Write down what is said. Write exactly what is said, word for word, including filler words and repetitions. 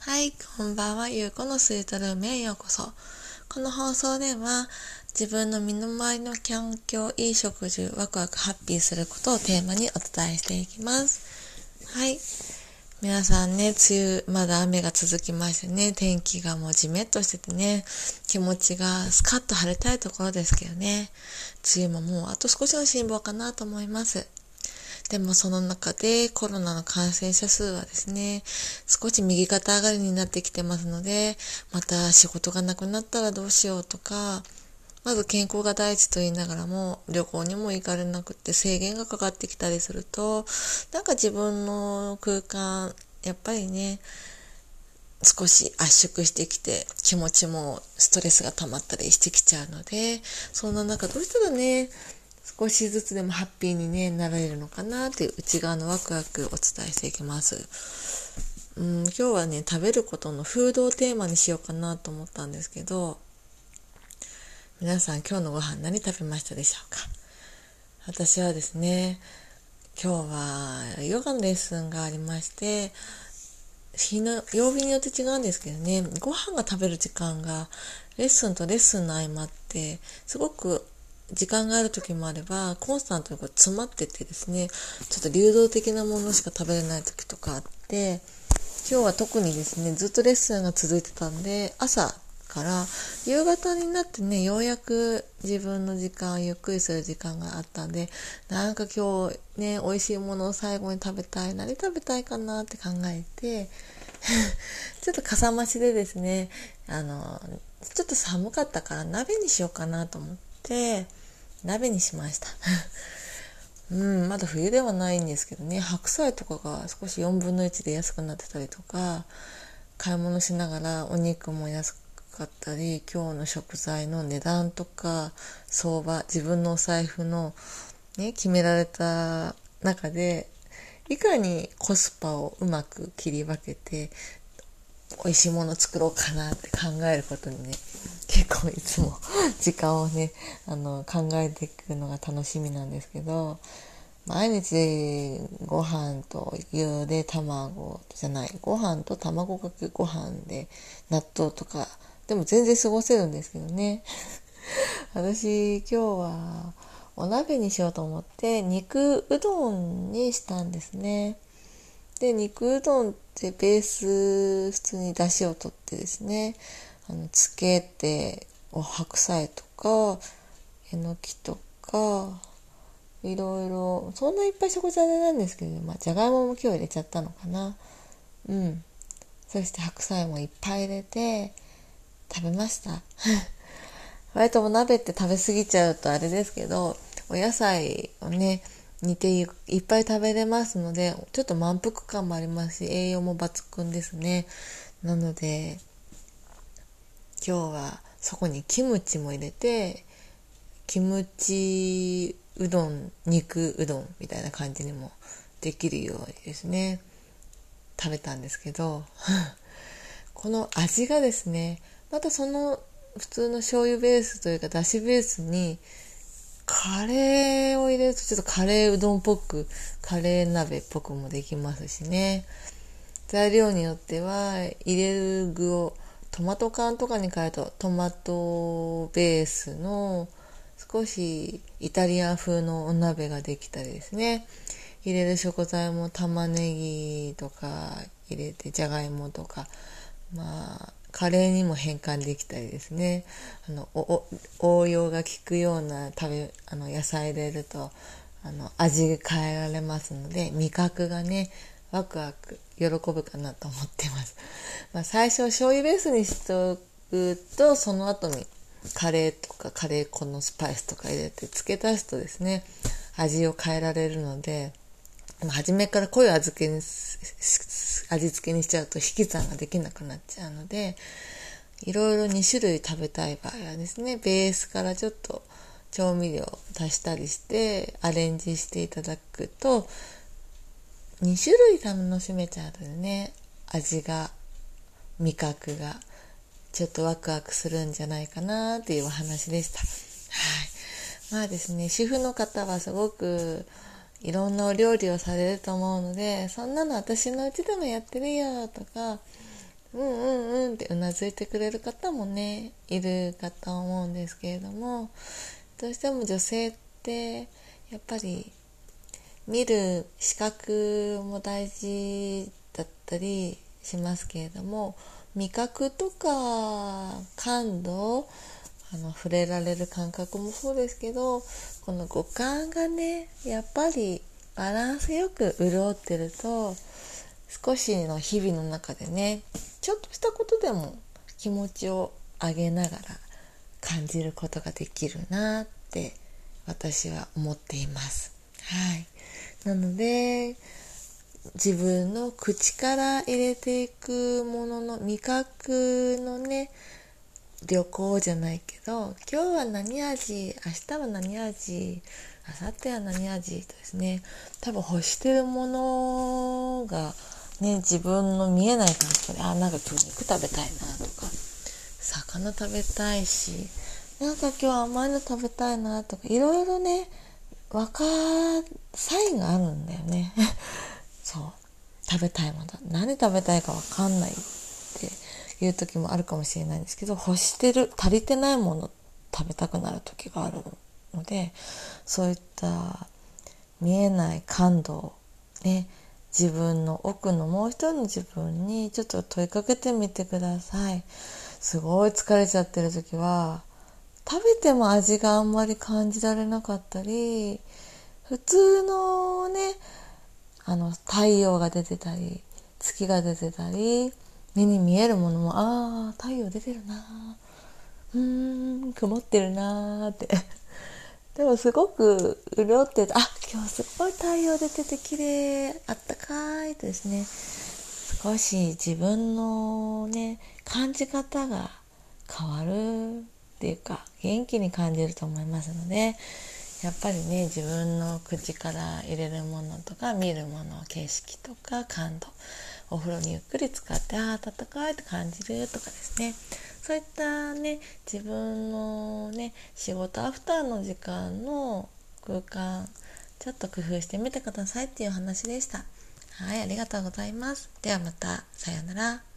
はい、こんばんは。ゆうこのスイートルームへようこそ。この放送では、自分の身の回りの環境、いい食事、ワクワクハッピーすることをテーマにお伝えしていきます。はい。皆さんね、梅雨、まだ雨が続きましてね、天気がもうジメッとしててね、気持ちがスカッと晴れたいところですけどね、梅雨ももうあと少しの辛抱かなと思います。でもその中でコロナの感染者数はですね、少し右肩上がりになってきてますので、また仕事がなくなったらどうしようとか、まず健康が第一と言いながらも旅行にも行かれなくって制限がかかってきたりすると、なんか自分の空間、やっぱりね、少し圧縮してきて気持ちもストレスが溜まったりしてきちゃうので、そんな中どうしたらね、少しずつでもハッピーに、ね、なられるのかなという内側のワクワクをお伝えしていきます。うん、今日はね、食べることのフードをテーマにしようかなと思ったんですけど、皆さん今日のご飯何食べましたでしょうか。私はですね、今日はヨガのレッスンがありまして、日の曜日によって違うんですけどね、ご飯が食べる時間がレッスンとレッスンの合間ってすごく時間がある時もあればコンスタントにこう詰まっててですね、ちょっと流動的なものしか食べれない時とかあって、今日は特にですね、ずっとレッスンが続いてたんで、朝から夕方になってね、ようやく自分の時間、ゆっくりする時間があったんで、なんか今日ね、美味しいものを最後に食べたい、何食べたいかなって考えてちょっとかさ増しでですね、あのちょっと寒かったから鍋にしようかなと思って鍋にしましたうん、まだ冬ではないんですけどね、白菜とかが少しよんぶんのいちで安くなってたりとか、買い物しながらお肉も安かったり、今日の食材の値段とか相場、自分のお財布のね、決められた中でいかにコスパをうまく切り分けて美味しいものを作ろうかなって考えることにね、結構いつも時間をね、あの考えていくのが楽しみなんですけど、毎日ご飯とゆで卵じゃない、ご飯と卵かけご飯で納豆とかでも全然過ごせるんですけどね私今日はお鍋にしようと思って肉うどんにしたんですね。で、肉うどんってベース普通に出汁を取ってですね、あのつけてお白菜とかえのきとかいろいろ、そんないっぱい食材なんですけど、まあ、じゃがいもも今日入れちゃったのかな。うん。そして白菜もいっぱい入れて食べました割とお鍋って食べ過ぎちゃうとあれですけど、お野菜をね煮ていっぱい食べれますので、ちょっと満腹感もありますし、栄養も抜群ですね。なので今日はそこにキムチも入れて、キムチうどん、肉うどんみたいな感じにもできるようにですね、食べたんですけどこの味がですね、またその普通の醤油ベースというかだしベースにカレーを入れるとちょっとカレーうどんっぽく、カレー鍋っぽくもできますしね。材料によっては入れる具をトマト缶とかに変えるとトマトベースの少しイタリアン風のお鍋ができたりですね。入れる食材も玉ねぎとか入れて、じゃがいもとか、まあカレーにも変換できたりですね。あのおお応用が効くような食べあの野菜入れるとあの味変えられますので、味覚がねワクワク喜ぶかなと思ってます。まあ、最初醤油ベースにしておくと、その後にカレーとかカレー粉のスパイスとか入れて付け足すとですね、味を変えられるので、初めから濃い味付けに味付けにしちゃうと引き算ができなくなっちゃうので、いろいろに種類食べたい場合はですね、ベースからちょっと調味料足したりしてアレンジしていただくとに種類楽しめちゃうとね、味が味覚がちょっとワクワクするんじゃないかなっていうお話でした。はい。まあですね、主婦の方はすごくいろんなお料理をされると思うので、そんなの私のうちでもやってるよとか、 うんうんうんってうなずいてくれる方もねいるかと思うんですけれども、どうしても女性ってやっぱり見る視覚も大事だったりしますけれども、味覚とか感度、あの触れられる感覚もそうですけど、この五感がねやっぱりバランスよく潤ってると、少しの日々の中でねちょっとしたことでも気持ちを上げながら感じることができるなって私は思っています。はい。なので自分の口から入れていくものの味覚のね旅行じゃないけど、今日は何味、明日は何味、明後日は何味とですね、多分欲してるものがね自分の見えない感じで、あ、なんか今日肉食べたいなとか、魚食べたいし、なんか今日甘いの食べたいなとか、いろいろねわかサインがあるんだよねそう、食べたいもの、何食べたいかわかんないっていう時もあるかもしれないんですけど、欲してる、足りてないもの食べたくなる時があるので、そういった見えない感度をね、自分の奥のもう一人の自分にちょっと問いかけてみてください。すごい疲れちゃってる時は、食べても味があんまり感じられなかったり、普通のね、あの太陽が出てたり月が出てたり目に見えるものも、ああ太陽出てるな、うーん曇ってるなってでもすごく潤ってて、あ、今日すごい太陽出てて綺麗、あったかいとですね、少し自分のね感じ方が変わるっていうか、元気に感じると思いますので、やっぱりね自分の口から入れるものとか見るもの、景色とか感度、お風呂にゆっくり使って、あー暖かいって感じるとかですね、そういったね自分のね仕事アフターの時間の空間、ちょっと工夫してみてくださいっていう話でした。はい、ありがとうございます。ではまた、さようなら。